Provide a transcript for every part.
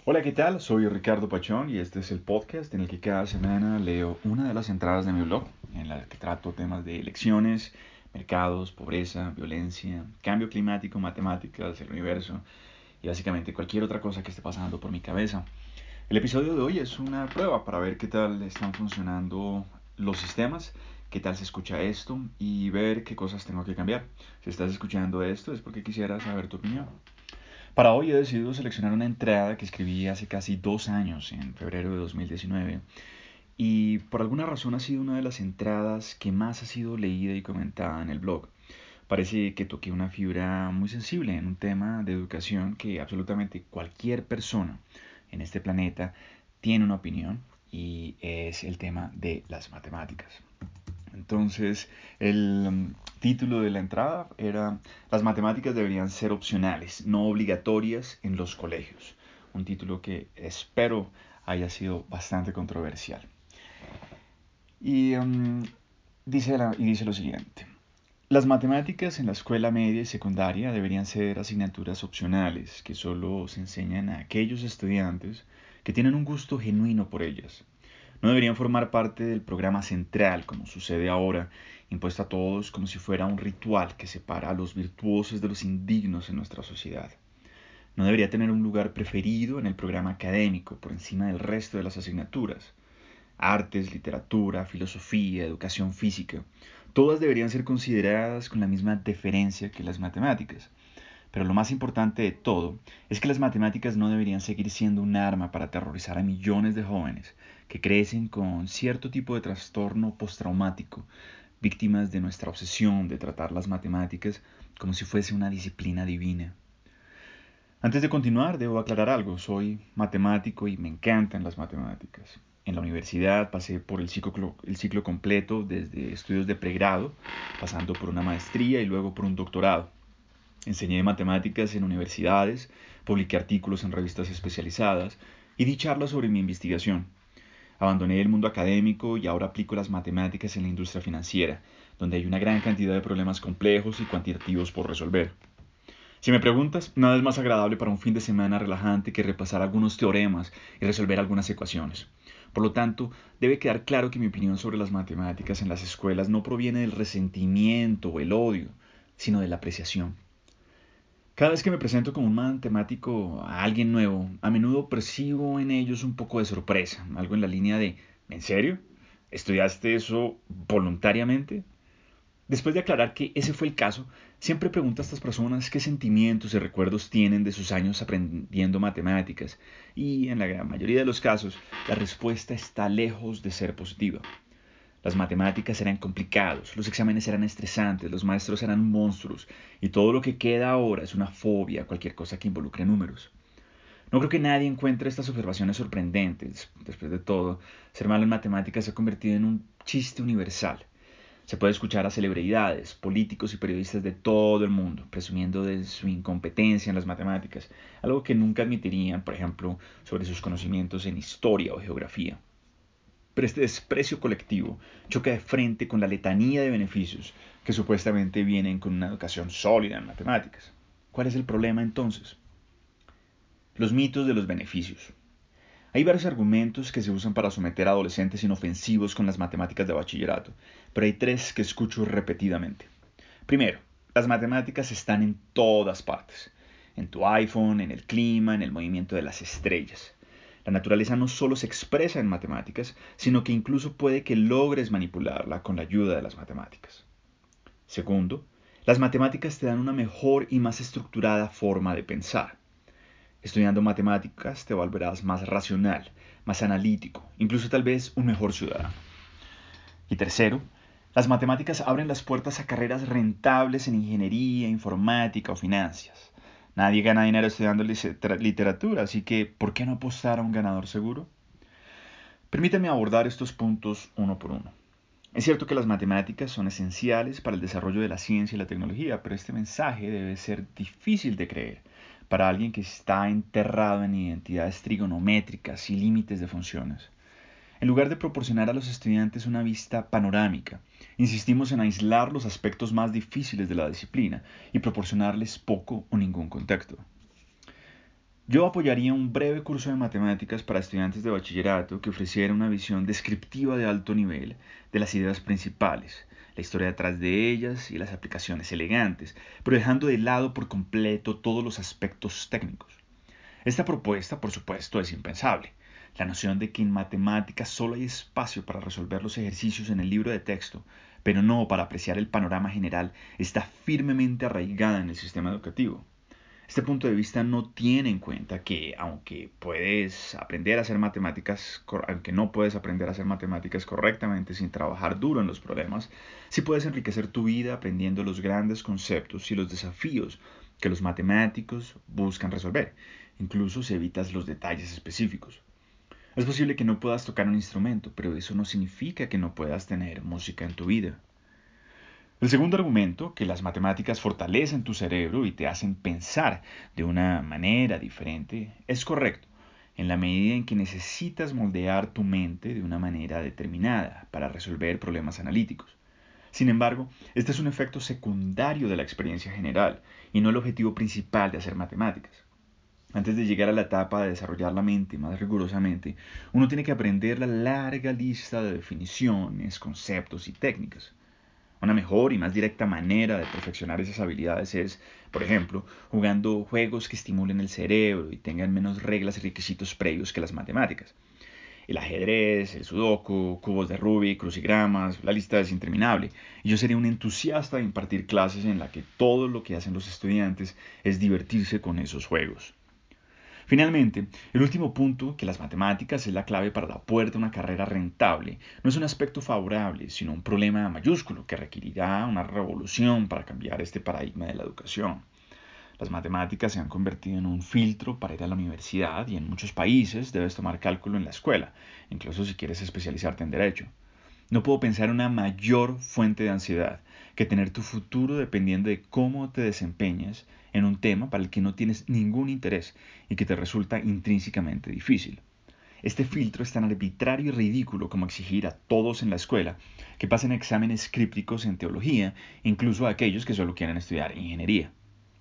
Hola, ¿qué tal? Soy Ricardo Pachón y este es el podcast en el que cada semana leo una de las entradas de mi blog, en la que trato temas de elecciones, mercados, pobreza, violencia, cambio climático, matemáticas, el universo y básicamente cualquier otra cosa que esté pasando por mi cabeza. El episodio de hoy es una prueba para ver qué tal están funcionando los sistemas, qué tal se escucha esto y ver qué cosas tengo que cambiar. Si estás escuchando esto es porque quisiera saber tu opinión. Para hoy he decidido seleccionar una entrada que escribí hace casi 2 años, en febrero de 2019, y por alguna razón ha sido una de las entradas que más ha sido leída y comentada en el blog. Parece que toqué una fibra muy sensible en un tema de educación que absolutamente cualquier persona en este planeta tiene una opinión y es el tema de las matemáticas. Entonces, el título de la entrada era Las matemáticas deberían ser opcionales, no obligatorias en los colegios. Un título que espero haya sido bastante controversial. Y, dice lo siguiente. Las matemáticas en la escuela media y secundaria deberían ser asignaturas opcionales que solo se enseñan a aquellos estudiantes que tienen un gusto genuino por ellas. No deberían formar parte del programa central, como sucede ahora, impuesto a todos como si fuera un ritual que separa a los virtuosos de los indignos en nuestra sociedad. No debería tener un lugar preferido en el programa académico por encima del resto de las asignaturas. Artes, literatura, filosofía, educación física, todas deberían ser consideradas con la misma deferencia que las matemáticas. Pero lo más importante de todo es que las matemáticas no deberían seguir siendo un arma para aterrorizar a millones de jóvenes que crecen con cierto tipo de trastorno postraumático, víctimas de nuestra obsesión de tratar las matemáticas como si fuese una disciplina divina. Antes de continuar, debo aclarar algo. Soy matemático y me encantan las matemáticas. En la universidad pasé por el ciclo completo, desde estudios de pregrado, pasando por una maestría y luego por un doctorado. Enseñé matemáticas en universidades, publiqué artículos en revistas especializadas y di charlas sobre mi investigación. Abandoné el mundo académico y ahora aplico las matemáticas en la industria financiera, donde hay una gran cantidad de problemas complejos y cuantitativos por resolver. Si me preguntas, nada es más agradable para un fin de semana relajante que repasar algunos teoremas y resolver algunas ecuaciones. Por lo tanto, debe quedar claro que mi opinión sobre las matemáticas en las escuelas no proviene del resentimiento o el odio, sino de la apreciación. Cada vez que me presento como un matemático a alguien nuevo, a menudo percibo en ellos un poco de sorpresa, algo en la línea de ¿en serio? ¿Estudiaste eso voluntariamente? Después de aclarar que ese fue el caso, siempre pregunto a estas personas qué sentimientos y recuerdos tienen de sus años aprendiendo matemáticas, y en la mayoría de los casos la respuesta está lejos de ser positiva. Las matemáticas eran complicados, los exámenes eran estresantes, los maestros eran monstruos, y todo lo que queda ahora es una fobia a cualquier cosa que involucre números. No creo que nadie encuentre estas observaciones sorprendentes. Después de todo, ser malo en matemáticas se ha convertido en un chiste universal. Se puede escuchar a celebridades, políticos y periodistas de todo el mundo presumiendo de su incompetencia en las matemáticas, algo que nunca admitirían, por ejemplo, sobre sus conocimientos en historia o geografía. Pero este desprecio colectivo choca de frente con la letanía de beneficios que supuestamente vienen con una educación sólida en matemáticas. ¿Cuál es el problema entonces? Los mitos de los beneficios. Hay varios argumentos que se usan para someter a adolescentes inofensivos con las matemáticas de bachillerato, pero hay tres que escucho repetidamente. Primero, las matemáticas están en todas partes. En tu iPhone, en el clima, en el movimiento de las estrellas. La naturaleza no solo se expresa en matemáticas, sino que incluso puede que logres manipularla con la ayuda de las matemáticas. Segundo, las matemáticas te dan una mejor y más estructurada forma de pensar. Estudiando matemáticas te volverás más racional, más analítico, incluso tal vez un mejor ciudadano. Y tercero, las matemáticas abren las puertas a carreras rentables en ingeniería, informática o finanzas. Nadie gana dinero estudiando literatura, así que ¿por qué no apostar a un ganador seguro? Permítanme abordar estos puntos uno por uno. Es cierto que las matemáticas son esenciales para el desarrollo de la ciencia y la tecnología, pero este mensaje debe ser difícil de creer para alguien que está enterrado en identidades trigonométricas y límites de funciones. En lugar de proporcionar a los estudiantes una vista panorámica, insistimos en aislar los aspectos más difíciles de la disciplina y proporcionarles poco o ningún contexto. Yo apoyaría un breve curso de matemáticas para estudiantes de bachillerato que ofreciera una visión descriptiva de alto nivel de las ideas principales, la historia detrás de ellas y las aplicaciones elegantes, pero dejando de lado por completo todos los aspectos técnicos. Esta propuesta, por supuesto, es impensable. La noción de que en matemáticas solo hay espacio para resolver los ejercicios en el libro de texto, pero no para apreciar el panorama general, está firmemente arraigada en el sistema educativo. Este punto de vista no tiene en cuenta que aunque no puedes aprender a hacer matemáticas correctamente sin trabajar duro en los problemas, sí puedes enriquecer tu vida aprendiendo los grandes conceptos y los desafíos que los matemáticos buscan resolver, incluso si evitas los detalles específicos. Es posible que no puedas tocar un instrumento, pero eso no significa que no puedas tener música en tu vida. El segundo argumento, que las matemáticas fortalecen tu cerebro y te hacen pensar de una manera diferente, es correcto, en la medida en que necesitas moldear tu mente de una manera determinada para resolver problemas analíticos. Sin embargo, este es un efecto secundario de la experiencia general y no el objetivo principal de hacer matemáticas. Antes de llegar a la etapa de desarrollar la mente más rigurosamente, uno tiene que aprender la larga lista de definiciones, conceptos y técnicas. Una mejor y más directa manera de perfeccionar esas habilidades es, por ejemplo, jugando juegos que estimulen el cerebro y tengan menos reglas y requisitos previos que las matemáticas. El ajedrez, el sudoku, cubos de Rubik, crucigramas, la lista es interminable. Y yo sería un entusiasta de impartir clases en la que todo lo que hacen los estudiantes es divertirse con esos juegos. Finalmente, el último punto, que las matemáticas es la clave para la puerta a una carrera rentable, no es un aspecto favorable, sino un problema mayúsculo que requerirá una revolución para cambiar este paradigma de la educación. Las matemáticas se han convertido en un filtro para ir a la universidad y en muchos países debes tomar cálculo en la escuela, incluso si quieres especializarte en derecho. No puedo pensar en una mayor fuente de ansiedad que tener tu futuro dependiendo de cómo te desempeñas en un tema para el que no tienes ningún interés y que te resulta intrínsecamente difícil. Este filtro es tan arbitrario y ridículo como exigir a todos en la escuela que pasen exámenes crípticos en teología, incluso a aquellos que solo quieren estudiar ingeniería.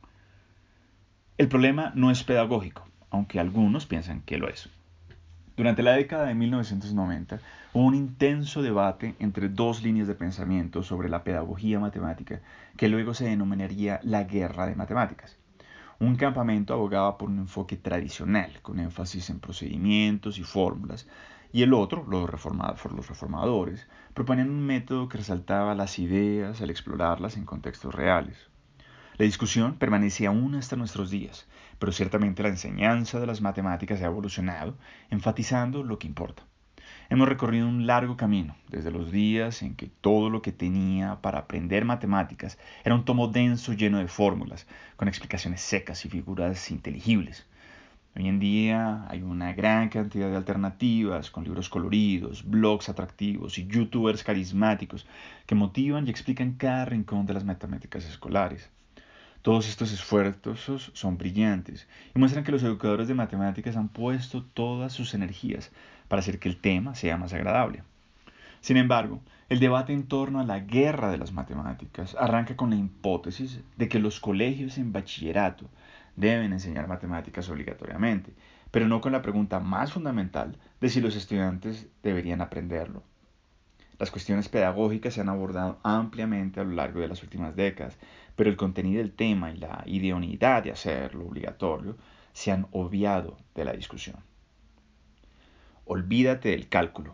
El problema no es pedagógico, aunque algunos piensan que lo es. Durante la década de 1990 hubo un intenso debate entre dos líneas de pensamiento sobre la pedagogía matemática que luego se denominaría la guerra de matemáticas. Un campamento abogaba por un enfoque tradicional, con énfasis en procedimientos y fórmulas, y el otro, los reformadores, proponían un método que resaltaba las ideas al explorarlas en contextos reales. La discusión permanece aún hasta nuestros días, pero ciertamente la enseñanza de las matemáticas ha evolucionado, enfatizando lo que importa. Hemos recorrido un largo camino, desde los días en que todo lo que tenía para aprender matemáticas era un tomo denso lleno de fórmulas, con explicaciones secas y figuras inteligibles. Hoy en día hay una gran cantidad de alternativas, con libros coloridos, blogs atractivos y youtubers carismáticos que motivan y explican cada rincón de las matemáticas escolares. Todos estos esfuerzos son brillantes y muestran que los educadores de matemáticas han puesto todas sus energías para hacer que el tema sea más agradable. Sin embargo, el debate en torno a la guerra de las matemáticas arranca con la hipótesis de que los colegios en bachillerato deben enseñar matemáticas obligatoriamente, pero no con la pregunta más fundamental de si los estudiantes deberían aprenderlo. Las cuestiones pedagógicas se han abordado ampliamente a lo largo de las últimas décadas, pero el contenido del tema y la idoneidad de hacerlo obligatorio se han obviado de la discusión. Olvídate del cálculo.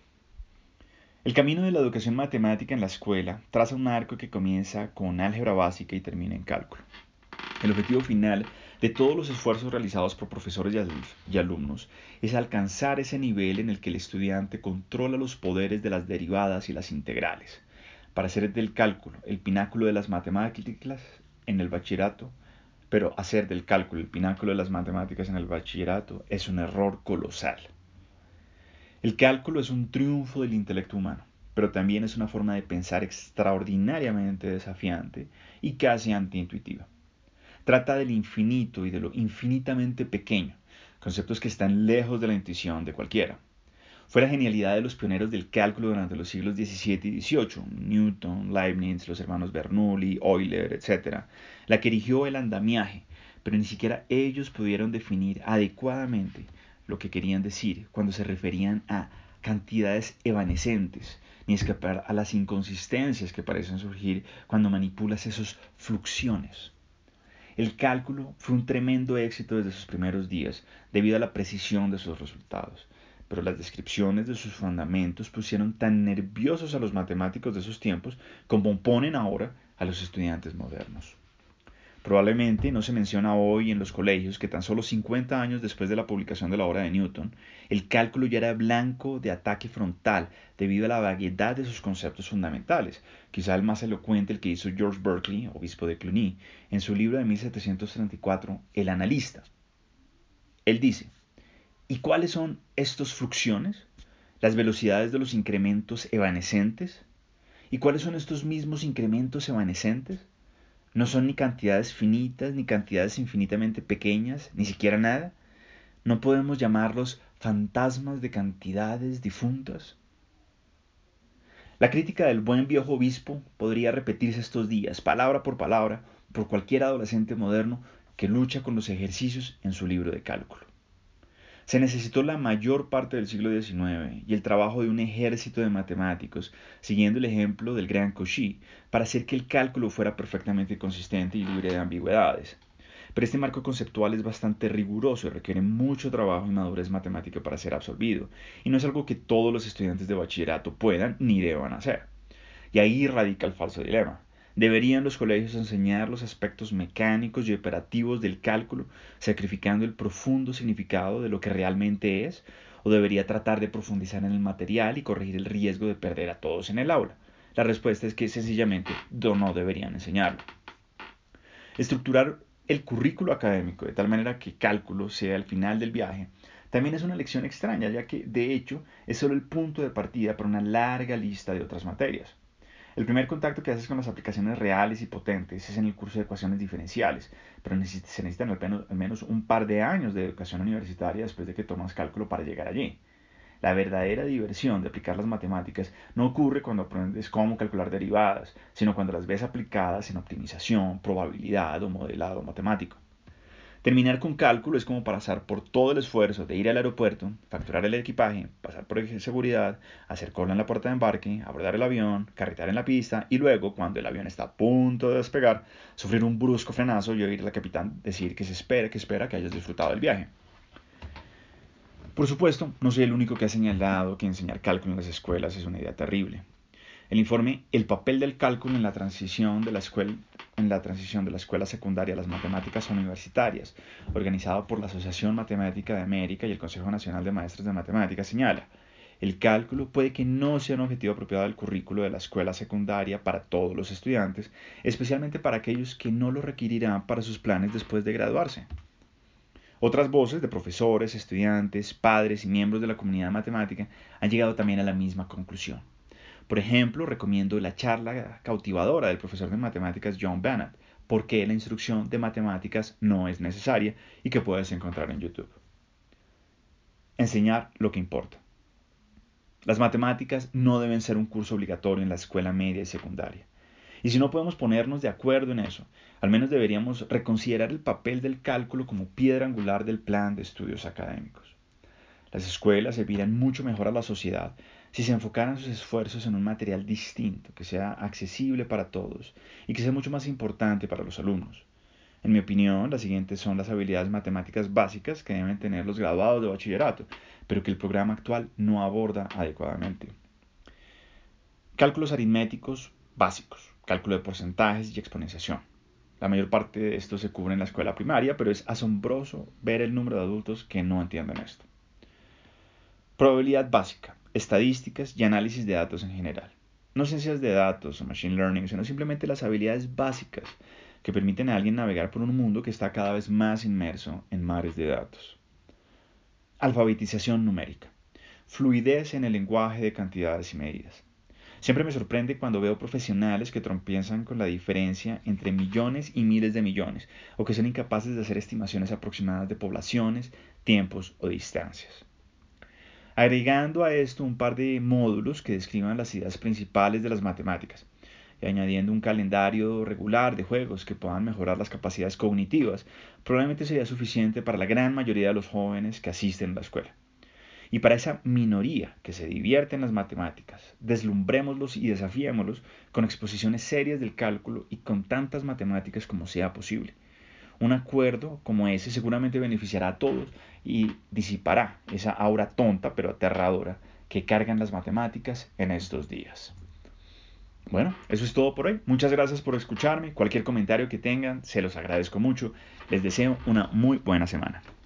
El camino de la educación matemática en la escuela traza un arco que comienza con álgebra básica y termina en cálculo. El objetivo final de todos los esfuerzos realizados por profesores y alumnos es alcanzar ese nivel en el que el estudiante controla los poderes de las derivadas y las integrales, para hacer del cálculo el pináculo de las matemáticas en el bachillerato, pero hacer del cálculo el pináculo de las matemáticas en el bachillerato es un error colosal. El cálculo es un triunfo del intelecto humano, pero también es una forma de pensar extraordinariamente desafiante y casi antiintuitiva. Trata del infinito y de lo infinitamente pequeño, conceptos que están lejos de la intuición de cualquiera. Fue la genialidad de los pioneros del cálculo durante los siglos XVII y XVIII, Newton, Leibniz, los hermanos Bernoulli, Euler, etc., la que erigió el andamiaje pero ni siquiera ellos pudieron definir adecuadamente lo que querían decir cuando se referían a cantidades evanescentes, ni escapar a las inconsistencias que parecen surgir cuando manipulas esas fluxiones. El cálculo fue un tremendo éxito desde sus primeros días, debido a la precisión de sus resultados, pero las descripciones de sus fundamentos pusieron tan nerviosos a los matemáticos de esos tiempos como ponen ahora a los estudiantes modernos. Probablemente no se menciona hoy en los colegios que tan solo 50 años después de la publicación de la obra de Newton, el cálculo ya era blanco de ataque frontal debido a la vaguedad de sus conceptos fundamentales, quizá el más elocuente el que hizo George Berkeley, obispo de Cluny, en su libro de 1734, El analista. Él dice, ¿y cuáles son estas fluxiones? ¿Las velocidades de los incrementos evanescentes? ¿Y cuáles son estos mismos incrementos evanescentes? No son ni cantidades finitas, ni cantidades infinitamente pequeñas, ni siquiera nada. ¿No podemos llamarlos fantasmas de cantidades difuntas? La crítica del buen viejo obispo podría repetirse estos días, palabra, por cualquier adolescente moderno que lucha con los ejercicios en su libro de cálculo. Se necesitó la mayor parte del siglo XIX y el trabajo de un ejército de matemáticos, siguiendo el ejemplo del gran Cauchy, para hacer que el cálculo fuera perfectamente consistente y libre de ambigüedades. Pero este marco conceptual es bastante riguroso y requiere mucho trabajo y madurez matemática para ser absorbido, y no es algo que todos los estudiantes de bachillerato puedan ni deban hacer. Y ahí radica el falso dilema. ¿Deberían los colegios enseñar los aspectos mecánicos y operativos del cálculo, sacrificando el profundo significado de lo que realmente es? ¿O debería tratar de profundizar en el material y corregir el riesgo de perder a todos en el aula? La respuesta es que sencillamente no deberían enseñarlo. Estructurar el currículo académico de tal manera que cálculo sea el final del viaje también es una lección extraña, ya que de hecho es solo el punto de partida para una larga lista de otras materias. El primer contacto que haces con las aplicaciones reales y potentes es en el curso de ecuaciones diferenciales, pero se necesitan al menos un par de años de educación universitaria después de que tomas cálculo para llegar allí. La verdadera diversión de aplicar las matemáticas no ocurre cuando aprendes cómo calcular derivadas, sino cuando las ves aplicadas en optimización, probabilidad o modelado matemático. Terminar con cálculo es como pasar por todo el esfuerzo de ir al aeropuerto, facturar el equipaje, pasar por seguridad, hacer cola en la puerta de embarque, abordar el avión, carretear en la pista y luego, cuando el avión está a punto de despegar, sufrir un brusco frenazo y oír al capitán decir que espera que hayas disfrutado del viaje. Por supuesto, no soy el único que ha señalado que enseñar cálculo en las escuelas es una idea terrible. El informe El papel del cálculo en la transición de la escuela secundaria a las matemáticas universitarias, organizado por la Asociación Matemática de América y el Consejo Nacional de Maestros de Matemáticas, señala: el cálculo puede que no sea un objetivo apropiado del currículo de la escuela secundaria para todos los estudiantes, especialmente para aquellos que no lo requerirán para sus planes después de graduarse. Otras voces de profesores, estudiantes, padres y miembros de la comunidad matemática han llegado también a la misma conclusión. Por ejemplo, recomiendo la charla cautivadora del profesor de matemáticas John Bennett, ¿por qué la instrucción de matemáticas no es necesaria?, y que puedes encontrar en YouTube. Enseñar lo que importa. Las matemáticas no deben ser un curso obligatorio en la escuela media y secundaria. Y si no podemos ponernos de acuerdo en eso, al menos deberíamos reconsiderar el papel del cálculo como piedra angular del plan de estudios académicos. Las escuelas servirían mucho mejor a la sociedad si se enfocaran sus esfuerzos en un material distinto, que sea accesible para todos y que sea mucho más importante para los alumnos. En mi opinión, las siguientes son las habilidades matemáticas básicas que deben tener los graduados de bachillerato, pero que el programa actual no aborda adecuadamente. Cálculos aritméticos básicos, cálculo de porcentajes y exponenciación. La mayor parte de esto se cubre en la escuela primaria, pero es asombroso ver el número de adultos que no entienden esto. Probabilidad básica, estadísticas y análisis de datos en general. No ciencias de datos o machine learning, sino simplemente las habilidades básicas que permiten a alguien navegar por un mundo que está cada vez más inmerso en mares de datos. Alfabetización numérica. Fluidez en el lenguaje de cantidades y medidas. Siempre me sorprende cuando veo profesionales que tropiezan con la diferencia entre millones y miles de millones, o que son incapaces de hacer estimaciones aproximadas de poblaciones, tiempos o distancias. Agregando a esto un par de módulos que describan las ideas principales de las matemáticas. y añadiendo un calendario regular de juegos que puedan mejorar las capacidades cognitivas, probablemente sería suficiente para la gran mayoría de los jóvenes que asisten a la escuela. Y para esa minoría que se divierte en las matemáticas, deslumbrémoslos y desafiémoslos con exposiciones serias del cálculo y con tantas matemáticas como sea posible. Un acuerdo como ese seguramente beneficiará a todos y disipará esa aura tonta pero aterradora que cargan las matemáticas en estos días. Bueno, eso es todo por hoy. Muchas gracias por escucharme. Cualquier comentario que tengan, se los agradezco mucho. Les deseo una muy buena semana.